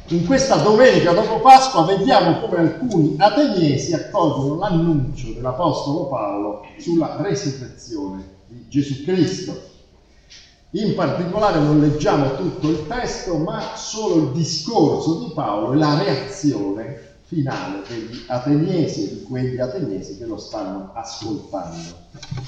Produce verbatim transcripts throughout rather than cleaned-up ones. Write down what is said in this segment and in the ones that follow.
In questa domenica dopo Pasqua vediamo come alcuni ateniesi accolgono l'annuncio dell'Apostolo Paolo sulla resurrezione di Gesù Cristo. In particolare non leggiamo tutto il testo, ma solo il discorso di Paolo e la reazione finale degli ateniesi e di quegli ateniesi che lo stanno ascoltando.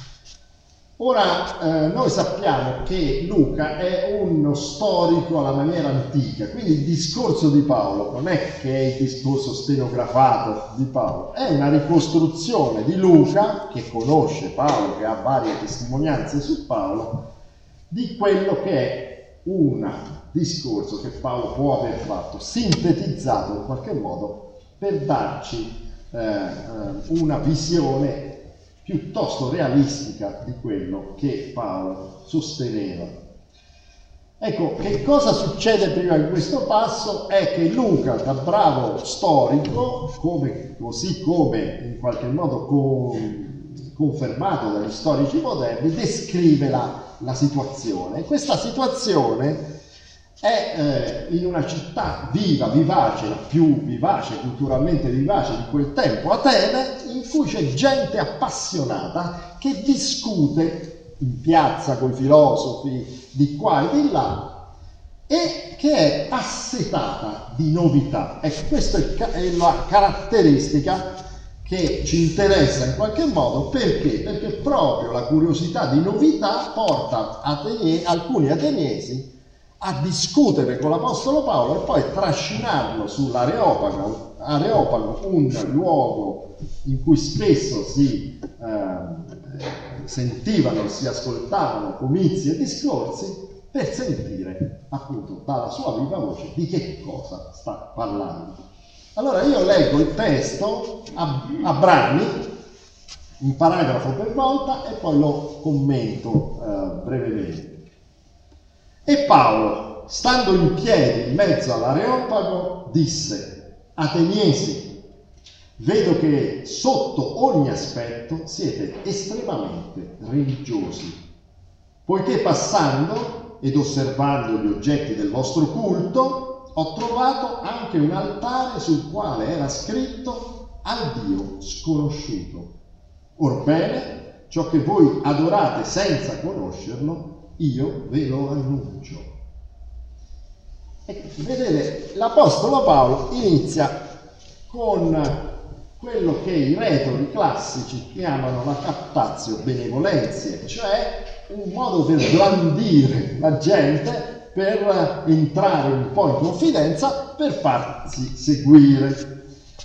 Ora, eh, noi sappiamo che Luca è uno storico alla maniera antica, quindi il discorso di Paolo non è che è il discorso stenografato di Paolo, è una ricostruzione di Luca, che conosce Paolo, che ha varie testimonianze su Paolo, di quello che è un discorso che Paolo può aver fatto, sintetizzato in qualche modo per darci eh, una visione piuttosto realistica di quello che Paolo sosteneva. Ecco, che cosa succede prima di questo passo? È che Luca, da bravo storico, come, così come in qualche modo con, confermato dagli storici moderni, descrive la, la situazione. E questa situazione è eh, in una città viva, vivace, la più vivace, culturalmente vivace di quel tempo, Atene, in cui c'è gente appassionata che discute in piazza con i filosofi di qua e di là e che è assetata di novità. Ecco, questa è la caratteristica che ci interessa in qualche modo. Perché? Perché proprio la curiosità di novità porta atene- alcuni ateniesi a discutere con l'Apostolo Paolo e poi trascinarlo sull'Areopago, Areopago, un luogo in cui spesso si eh, sentivano, si ascoltavano comizi e discorsi, per sentire appunto dalla sua viva voce di che cosa sta parlando. Allora io leggo il testo a, a brani, un paragrafo per volta, e poi lo commento eh, brevemente. E Paolo, stando in piedi in mezzo all'Areopago, disse: Ateniesi, vedo che sotto ogni aspetto siete estremamente religiosi, poiché passando ed osservando gli oggetti del vostro culto, ho trovato anche un altare sul quale era scritto al Dio sconosciuto. Orbene, ciò che voi adorate senza conoscerlo, io ve lo annuncio. E vedete, l'Apostolo Paolo inizia con quello che i retori classici chiamano la captatio benevolentia, cioè un modo per blandire la gente, per entrare un po' in confidenza, per farsi seguire.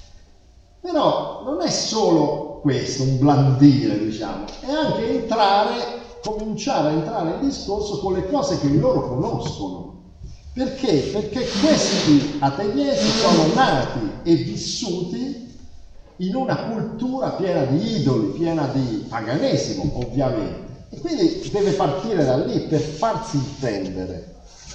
Però non è solo questo, un blandire, diciamo, è anche entrare cominciare a entrare in discorso con le cose che loro conoscono. Perché? Perché questi ateniesi sono nati e vissuti in una cultura piena di idoli, piena di paganesimo, ovviamente. E quindi deve partire da lì per farsi intendere.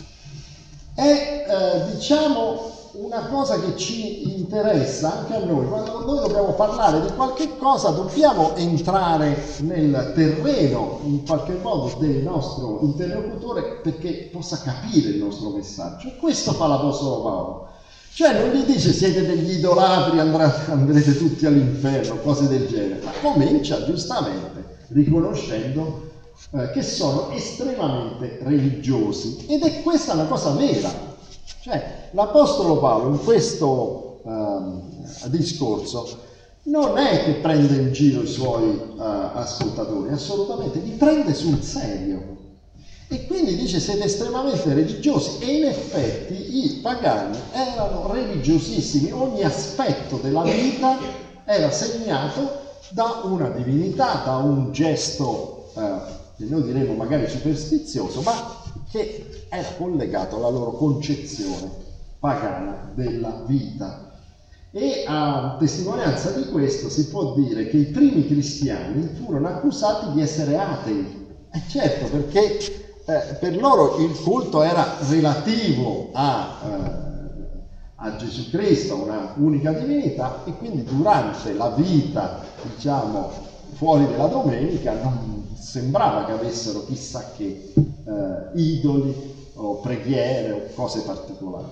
È, eh, diciamo, una cosa che ci interessa anche a noi. Quando noi dobbiamo parlare di qualche cosa, dobbiamo entrare nel terreno in qualche modo del nostro interlocutore perché possa capire il nostro messaggio. E questo fa l'Apostolo Paolo. Cioè non gli dice siete degli idolatri, andrete, andrete tutti all'inferno, cose del genere, ma comincia giustamente riconoscendo eh, che sono estremamente religiosi. Ed è questa una cosa vera. Cioè, l'Apostolo Paolo in questo uh, discorso non è che prende in giro i suoi uh, ascoltatori, assolutamente, li prende sul serio. E quindi dice siete estremamente religiosi, e in effetti i pagani erano religiosissimi, ogni aspetto della vita era segnato da una divinità, da un gesto uh, che noi diremmo magari superstizioso, ma che era collegato alla loro concezione pagana della vita. E a testimonianza di questo si può dire che i primi cristiani furono accusati di essere atei. E certo, perché eh, per loro il culto era relativo a, eh, a Gesù Cristo, una unica divinità, e quindi durante la vita, diciamo, fuori della domenica non sembrava che avessero chissà che eh, idoli o preghiere o cose particolari.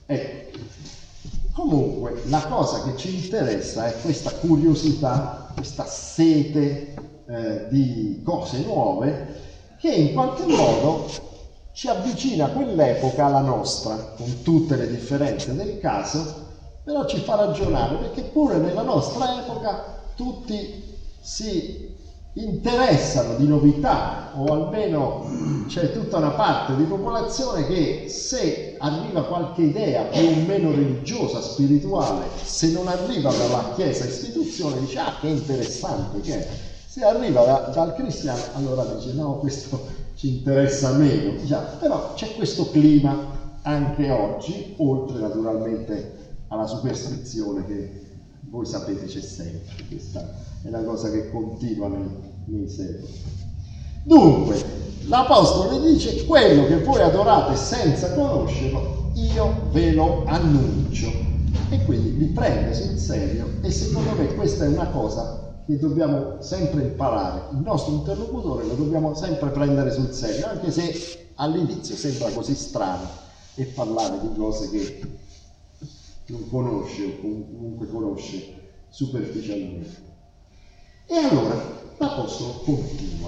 Ecco, comunque la cosa che ci interessa è questa curiosità, questa sete eh, di cose nuove che in qualche modo ci avvicina a quell'epoca alla nostra, con tutte le differenze del caso, però ci fa ragionare, perché pure nella nostra epoca tutti si interessano di novità, o almeno c'è tutta una parte di popolazione che, se arriva qualche idea più o meno religiosa, spirituale, se non arriva dalla Chiesa istituzione, dice ah, che interessante che è. Se arriva da, dal cristiano, allora dice no, questo ci interessa meno. Diciamo, però c'è questo clima anche oggi, oltre naturalmente alla superstizione che voi sapete c'è sempre. Questa è una cosa che continua nei, nei secoli. Dunque, l'Apostolo dice: quello che voi adorate senza conoscerlo, io ve lo annuncio. E quindi li prende sul serio, e secondo me questa è una cosa che dobbiamo sempre imparare. Il nostro interlocutore lo dobbiamo sempre prendere sul serio, anche se all'inizio sembra così strano e parlare di cose che non conosce o comunque conosce superficialmente. E allora l'Apostolo continua: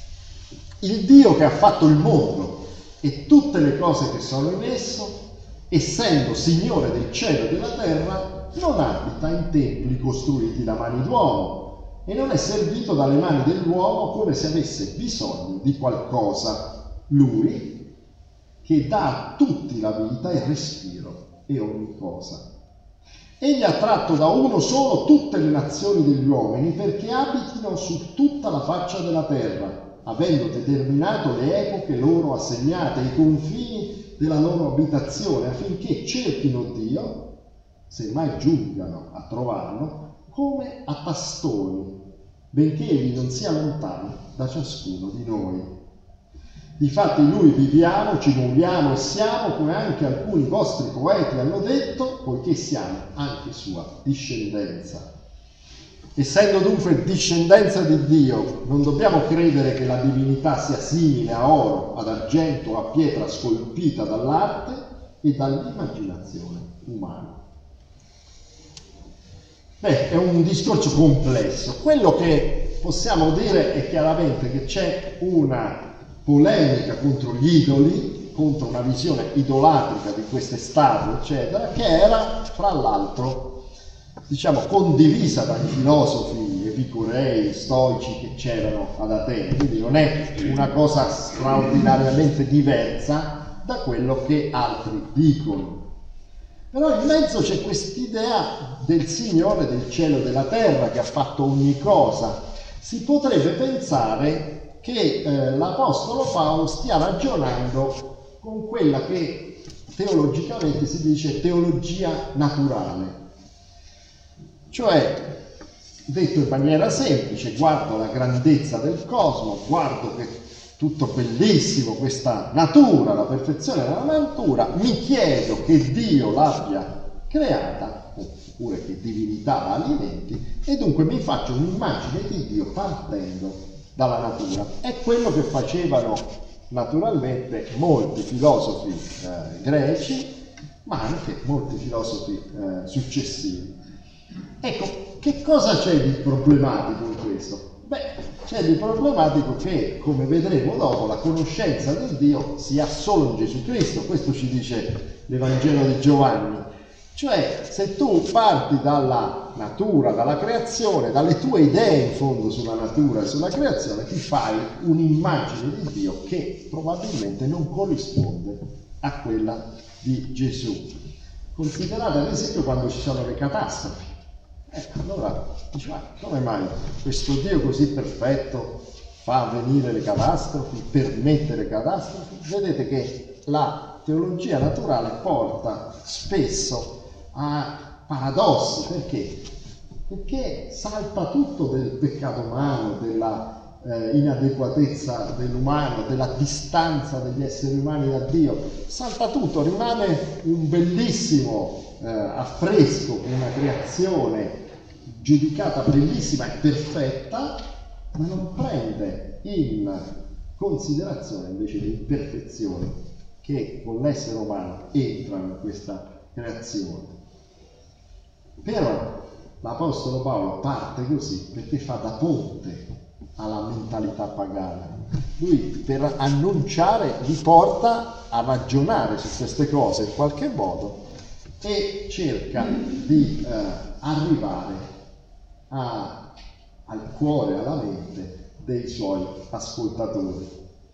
il Dio che ha fatto il mondo e tutte le cose che sono in esso, essendo Signore del cielo e della terra, non abita in templi costruiti da mani d'uomo e non è servito dalle mani dell'uomo come se avesse bisogno di qualcosa. Lui che dà a tutti la vita e il respiro e ogni cosa. Egli ha tratto da uno solo tutte le nazioni degli uomini perché abitino su tutta la faccia della terra, avendo determinato le epoche loro assegnate, i confini della loro abitazione, affinché cerchino Dio, se mai giungano a trovarlo, come a tastoni, benché egli non sia lontano da ciascuno di noi. Difatti in lui viviamo, ci muoviamo e siamo, come anche alcuni vostri poeti hanno detto, poiché siamo anche sua discendenza. Essendo dunque discendenza di Dio, non dobbiamo credere che la divinità sia simile a oro, ad argento o a pietra scolpita dall'arte e dall'immaginazione umana. Beh, è un discorso complesso. Quello che possiamo dire è chiaramente che c'è una polemica contro gli idoli, contro una visione idolatrica di queste statue, eccetera, che era, fra l'altro, diciamo, condivisa dai filosofi epicurei, stoici che c'erano ad Atene. Quindi non è una cosa straordinariamente diversa da quello che altri dicono. Però in mezzo c'è quest'idea del Signore del cielo e della terra che ha fatto ogni cosa. Si potrebbe pensare che eh, l'Apostolo Paolo stia ragionando con quella che teologicamente si dice teologia naturale. Cioè, detto in maniera semplice, guardo la grandezza del cosmo, guardo che tutto bellissimo, questa natura, la perfezione della natura, mi chiedo che Dio l'abbia creata, oppure che divinità la alimenti, e dunque mi faccio un'immagine di Dio partendo dalla natura. È quello che facevano naturalmente molti filosofi eh, greci, ma anche molti filosofi eh, successivi. Ecco, che cosa c'è di problematico in questo? Beh, c'è di problematico che, come vedremo dopo, la conoscenza del Dio sia solo in Gesù Cristo. Questo ci dice l'Evangelo di Giovanni. Cioè, se tu parti dalla natura, dalla creazione, dalle tue idee in fondo sulla natura e sulla creazione, ti fai un'immagine di Dio che probabilmente non corrisponde a quella di Gesù. Considerate ad esempio quando ci sono le catastrofi. Eh, allora, dice, ma come mai questo Dio così perfetto fa avvenire le catastrofi, permette le catastrofi? Vedete che la teologia naturale porta spesso a paradossi. Perché? Perché salta tutto del peccato umano, della eh, inadeguatezza dell'umano, della distanza degli esseri umani da Dio. Salta tutto, rimane un bellissimo eh, affresco, una creazione giudicata bellissima e perfetta, ma non prende in considerazione invece le imperfezioni che con l'essere umano entrano in questa creazione. Però l'Apostolo Paolo parte così perché fa da ponte alla mentalità pagana. Lui, per annunciare, li porta a ragionare su queste cose in qualche modo e cerca di eh, arrivare a, al cuore, alla mente dei suoi ascoltatori.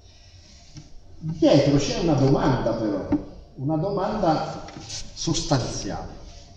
Dietro c'è una domanda però, una domanda sostanziale.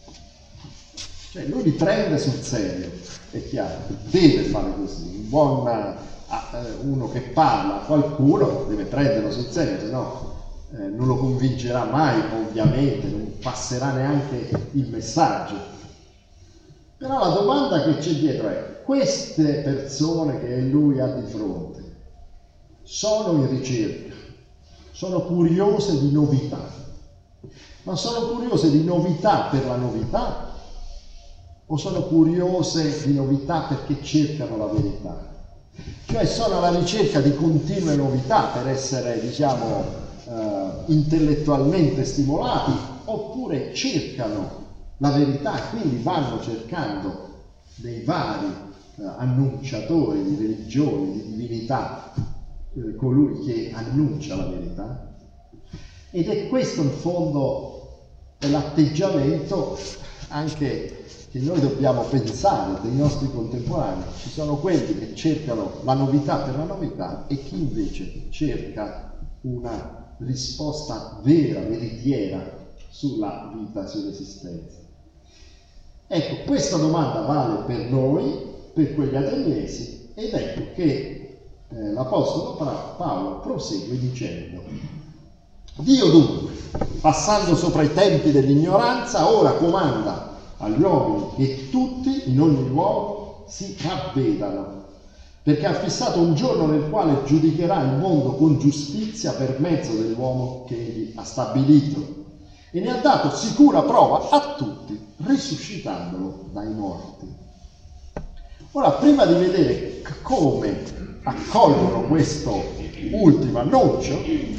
Cioè lui li prende sul serio, è chiaro, deve fare così. Un buon, uh, uno che parla a qualcuno deve prenderlo sul serio, se no eh, non lo convincerà mai, ovviamente, non passerà neanche il messaggio. Però la domanda che c'è dietro è: queste persone che lui ha di fronte sono in ricerca, sono curiose di novità, ma sono curiose di novità per la novità? O sono curiose di novità perché cercano la verità? Cioè sono alla ricerca di continue novità per essere, diciamo, eh, intellettualmente stimolati, oppure cercano la verità e quindi vanno cercando dei vari eh, annunciatori di religioni, di divinità, eh, colui che annuncia la verità? Ed è questo in fondo l'atteggiamento anche che noi dobbiamo pensare dei nostri contemporanei. Ci sono quelli che cercano la novità per la novità e chi invece cerca una risposta vera, veritiera sulla vita, sull'esistenza. Ecco, questa domanda vale per noi, per quegli ateniesi, ed ecco che eh, l'Apostolo Paolo prosegue dicendo: Dio dunque, passando sopra i tempi dell'ignoranza, ora comanda agli uomini che tutti, in ogni luogo, si ravvedano, perché ha fissato un giorno nel quale giudicherà il mondo con giustizia per mezzo dell'uomo che egli ha stabilito, e ne ha dato sicura prova a tutti, risuscitandolo dai morti. Ora, prima di vedere come accolgono questo ultimo annuncio,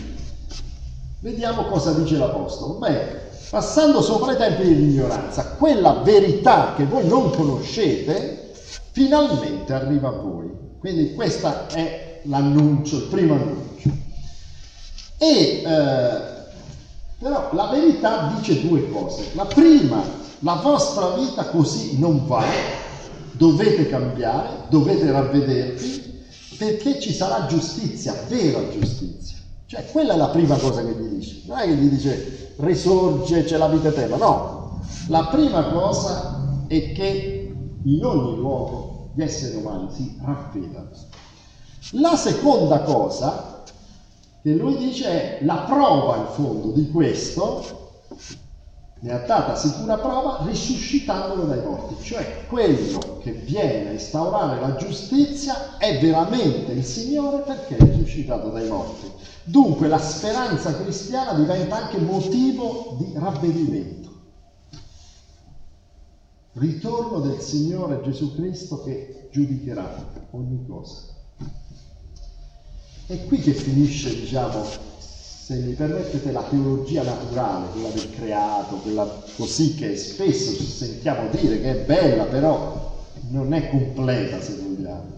vediamo cosa dice l'Apostolo. Beh, passando sopra i tempi dell'ignoranza, quella verità che voi non conoscete, finalmente arriva a voi. Quindi questo è l'annuncio, il primo annuncio. E eh, però la verità dice due cose. La prima, la vostra vita così non va, dovete cambiare, dovete ravvedervi, perché ci sarà giustizia, vera giustizia. Cioè, quella è la prima cosa che gli dice. Non è che gli dice risorge, c'è la vita eterna. No, la prima cosa è che in ogni luogo gli esseri umani si ravvedano. La seconda cosa che lui dice è la prova in fondo di questo, ne ha data sicura prova risuscitandolo dai morti. Cioè quello che viene a instaurare la giustizia è veramente il Signore, perché è risuscitato dai morti. Dunque la speranza cristiana diventa anche motivo di ravvedimento. Ritorno del Signore Gesù Cristo che giudicherà ogni cosa. È qui che finisce, diciamo, se mi permettete, la teologia naturale, quella del creato, quella così che spesso ci sentiamo dire che è bella, però non è completa, se vogliamo.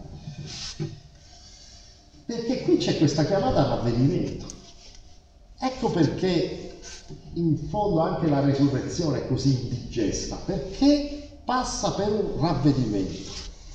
Perché qui c'è questa chiamata al ravvedimento. Ecco perché in fondo anche la resurrezione è così indigesta, perché passa per un ravvedimento.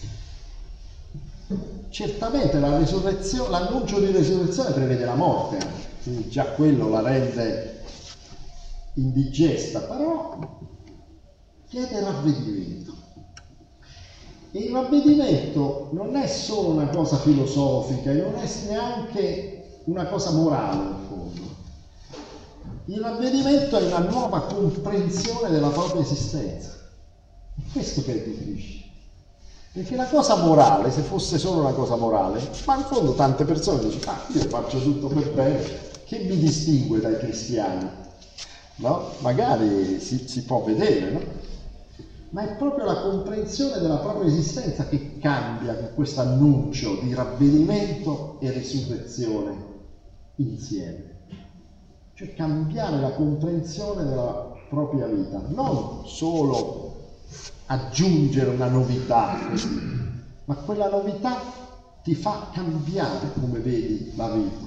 Certamente la resurrezione, l'annuncio di resurrezione prevede la morte anche, quindi già quello la rende indigesta, però chiede ravvedimento. E il ravvedimento non è solo una cosa filosofica, non è neanche una cosa morale in fondo. Il ravvedimento è una nuova comprensione della propria esistenza. È questo che è difficile. Perché la cosa morale, se fosse solo una cosa morale, ma in fondo tante persone dicono: ah, io faccio tutto per bene, che mi distingue dai cristiani? No? Magari si, si può vedere, no? Ma è proprio la comprensione della propria esistenza che cambia con questo annuncio di ravvedimento e risurrezione insieme. Cioè cambiare la comprensione della propria vita, non solo aggiungere una novità così, ma quella novità ti fa cambiare come vedi la vita.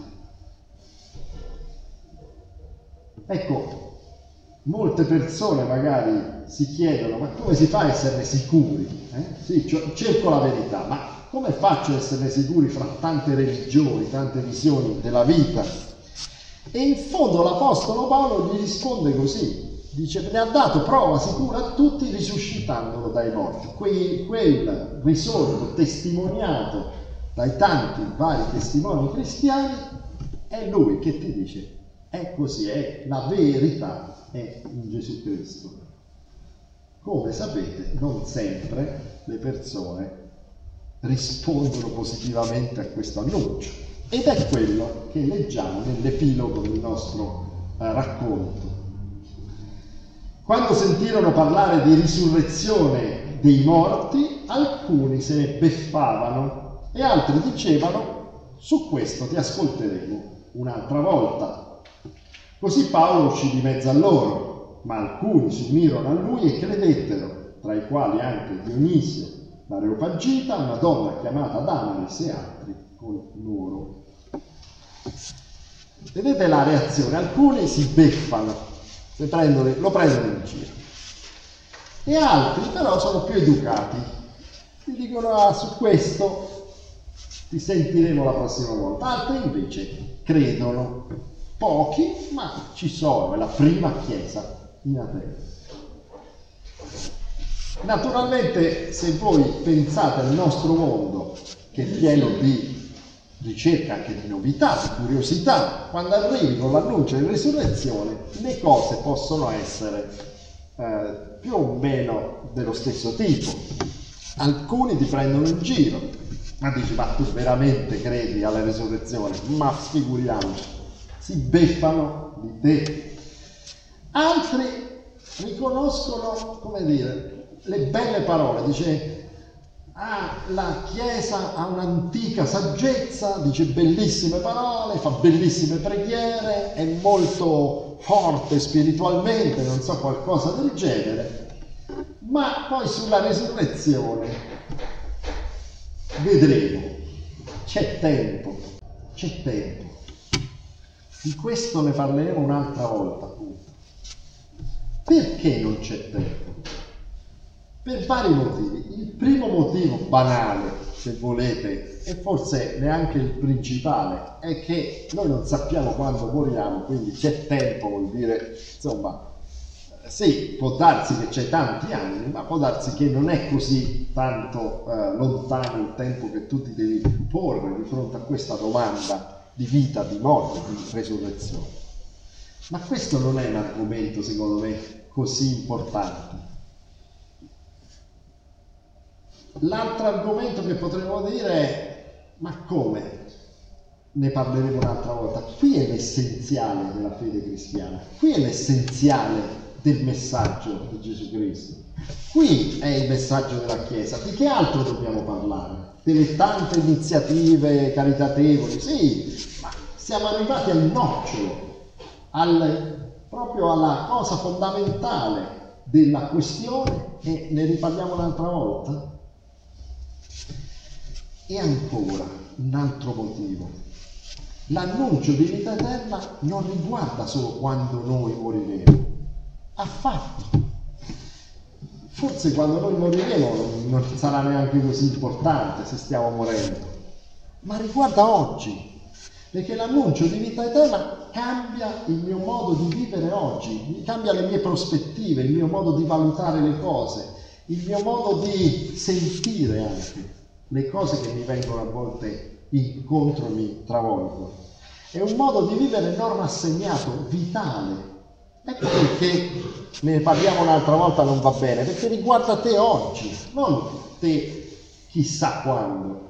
Ecco, molte persone magari si chiedono: ma come si fa a esserne sicuri? Eh? Sì, cioè, cerco la verità, ma come faccio a esserne sicuri fra tante religioni, tante visioni della vita? E in fondo l'Apostolo Paolo gli risponde così, dice: ne ha dato prova sicura a tutti risuscitandolo dai morti. Quel, quel risorto testimoniato dai tanti vari testimoni cristiani è lui che ti dice: è così, è la verità, è in Gesù Cristo. Come sapete, non sempre le persone rispondono positivamente a questo annuncio, ed è quello che leggiamo nell'epilogo del nostro eh, racconto. Quando sentirono parlare di risurrezione dei morti, alcuni se ne beffavano e altri dicevano: su questo ti ascolteremo un'altra volta. Così Paolo uscì di mezzo a loro, ma alcuni si unirono a lui e credettero, tra i quali anche Dionisio l'Areopagita, una donna chiamata Damaris e altri con loro. Vedete la reazione? Alcuni si beffano, si prendono, lo prendono in giro, e altri però sono più educati, ti dicono: ah, su questo ti sentiremo la prossima volta. Altri invece credono, pochi ma ci sono, è la prima chiesa in Atene. Naturalmente, se voi pensate al nostro mondo, che è pieno di ricerca, anche di novità, di curiosità, quando arrivi con l'annuncio di risurrezione, le cose possono essere eh, più o meno dello stesso tipo. Alcuni ti prendono in giro, ma dici: ma tu veramente credi alla risurrezione? Ma figuriamoci, si beffano di te. Altri riconoscono, come dire, le belle parole, dice: ah, la Chiesa ha un'antica saggezza, dice bellissime parole, fa bellissime preghiere, è molto forte spiritualmente, non so, qualcosa del genere, ma poi sulla risurrezione vedremo, c'è tempo, c'è tempo. Di questo ne parleremo un'altra volta, appunto. Perché non c'è tempo? Per vari motivi. Il primo motivo, banale, se volete, e forse neanche il principale, è che noi non sappiamo quando moriamo, quindi c'è tempo, vuol dire, insomma, sì, può darsi che c'è tanti anni, ma può darsi che non è così tanto eh, lontano il tempo che tu ti devi porre di fronte a questa domanda di vita, di morte, di resurrezione. Ma questo non è un argomento, secondo me, così importante. L'altro argomento che potremmo dire è: ma come? Ne parleremo un'altra volta. Qui è l'essenziale della fede cristiana, qui è l'essenziale del messaggio di Gesù Cristo, qui è il messaggio della Chiesa. Di che altro dobbiamo parlare? Delle tante iniziative caritatevoli, sì, ma siamo arrivati al nocciolo, al, proprio alla cosa fondamentale della questione, e ne riparliamo un'altra volta. E ancora un altro motivo: l'annuncio di vita eterna non riguarda solo quando noi moriremo, affatto. Forse quando noi moriremo non sarà neanche così importante se stiamo morendo, ma riguarda oggi, perché l'annuncio di vita eterna cambia il mio modo di vivere oggi, cambia le mie prospettive, il mio modo di valutare le cose, il mio modo di sentire anche le cose che mi vengono a volte incontro e mi travolgono. È un modo di vivere non rassegnato, vitale. Ecco perché ne parliamo un'altra volta, non va bene, perché riguarda te oggi, non te chissà quando.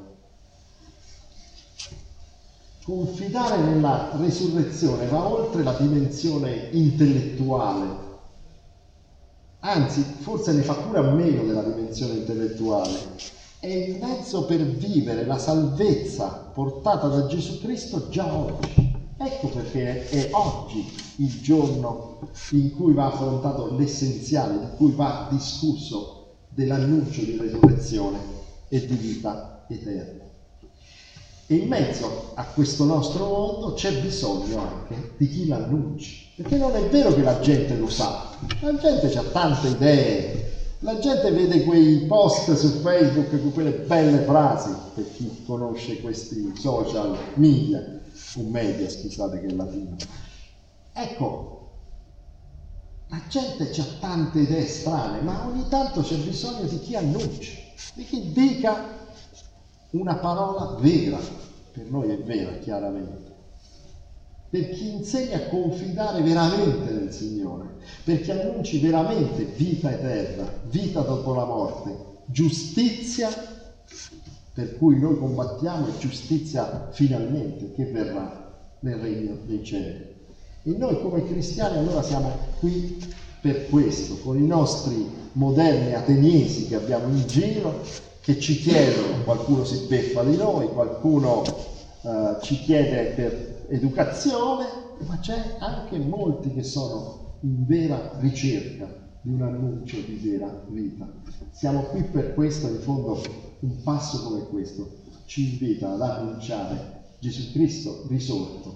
Confidare nella resurrezione va oltre la dimensione intellettuale, anzi forse ne fa pure a meno della dimensione intellettuale. È il mezzo per vivere la salvezza portata da Gesù Cristo già oggi. Ecco perché è oggi il giorno in cui va affrontato l'essenziale, in cui va discusso dell'annuncio di resurrezione e di vita eterna. E in mezzo a questo nostro mondo c'è bisogno anche di chi l'annunci, perché non è vero che la gente lo sa, la gente ha tante idee, la gente vede quei post su Facebook con quelle belle frasi, per chi conosce questi social media, o media, scusate che è latino. Ecco, la gente ha tante idee strane, ma ogni tanto c'è bisogno di chi annunci, di chi dica una parola vera, per noi è vera chiaramente, per chi insegna a confidare veramente nel Signore, per chi annunci veramente vita eterna, vita dopo la morte, giustizia per cui noi combattiamo e giustizia finalmente che verrà nel regno dei cieli. E noi come cristiani allora siamo qui per questo, con i nostri moderni ateniesi che abbiamo in giro, che ci chiedono, qualcuno si beffa di noi, qualcuno eh, ci chiede per educazione, ma c'è anche molti che sono in vera ricerca di un annuncio di vera vita. Siamo qui per questo, in fondo un passo come questo ci invita ad annunciare Gesù Cristo risorto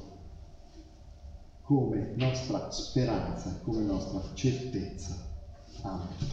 come nostra speranza, come nostra certezza. Amen.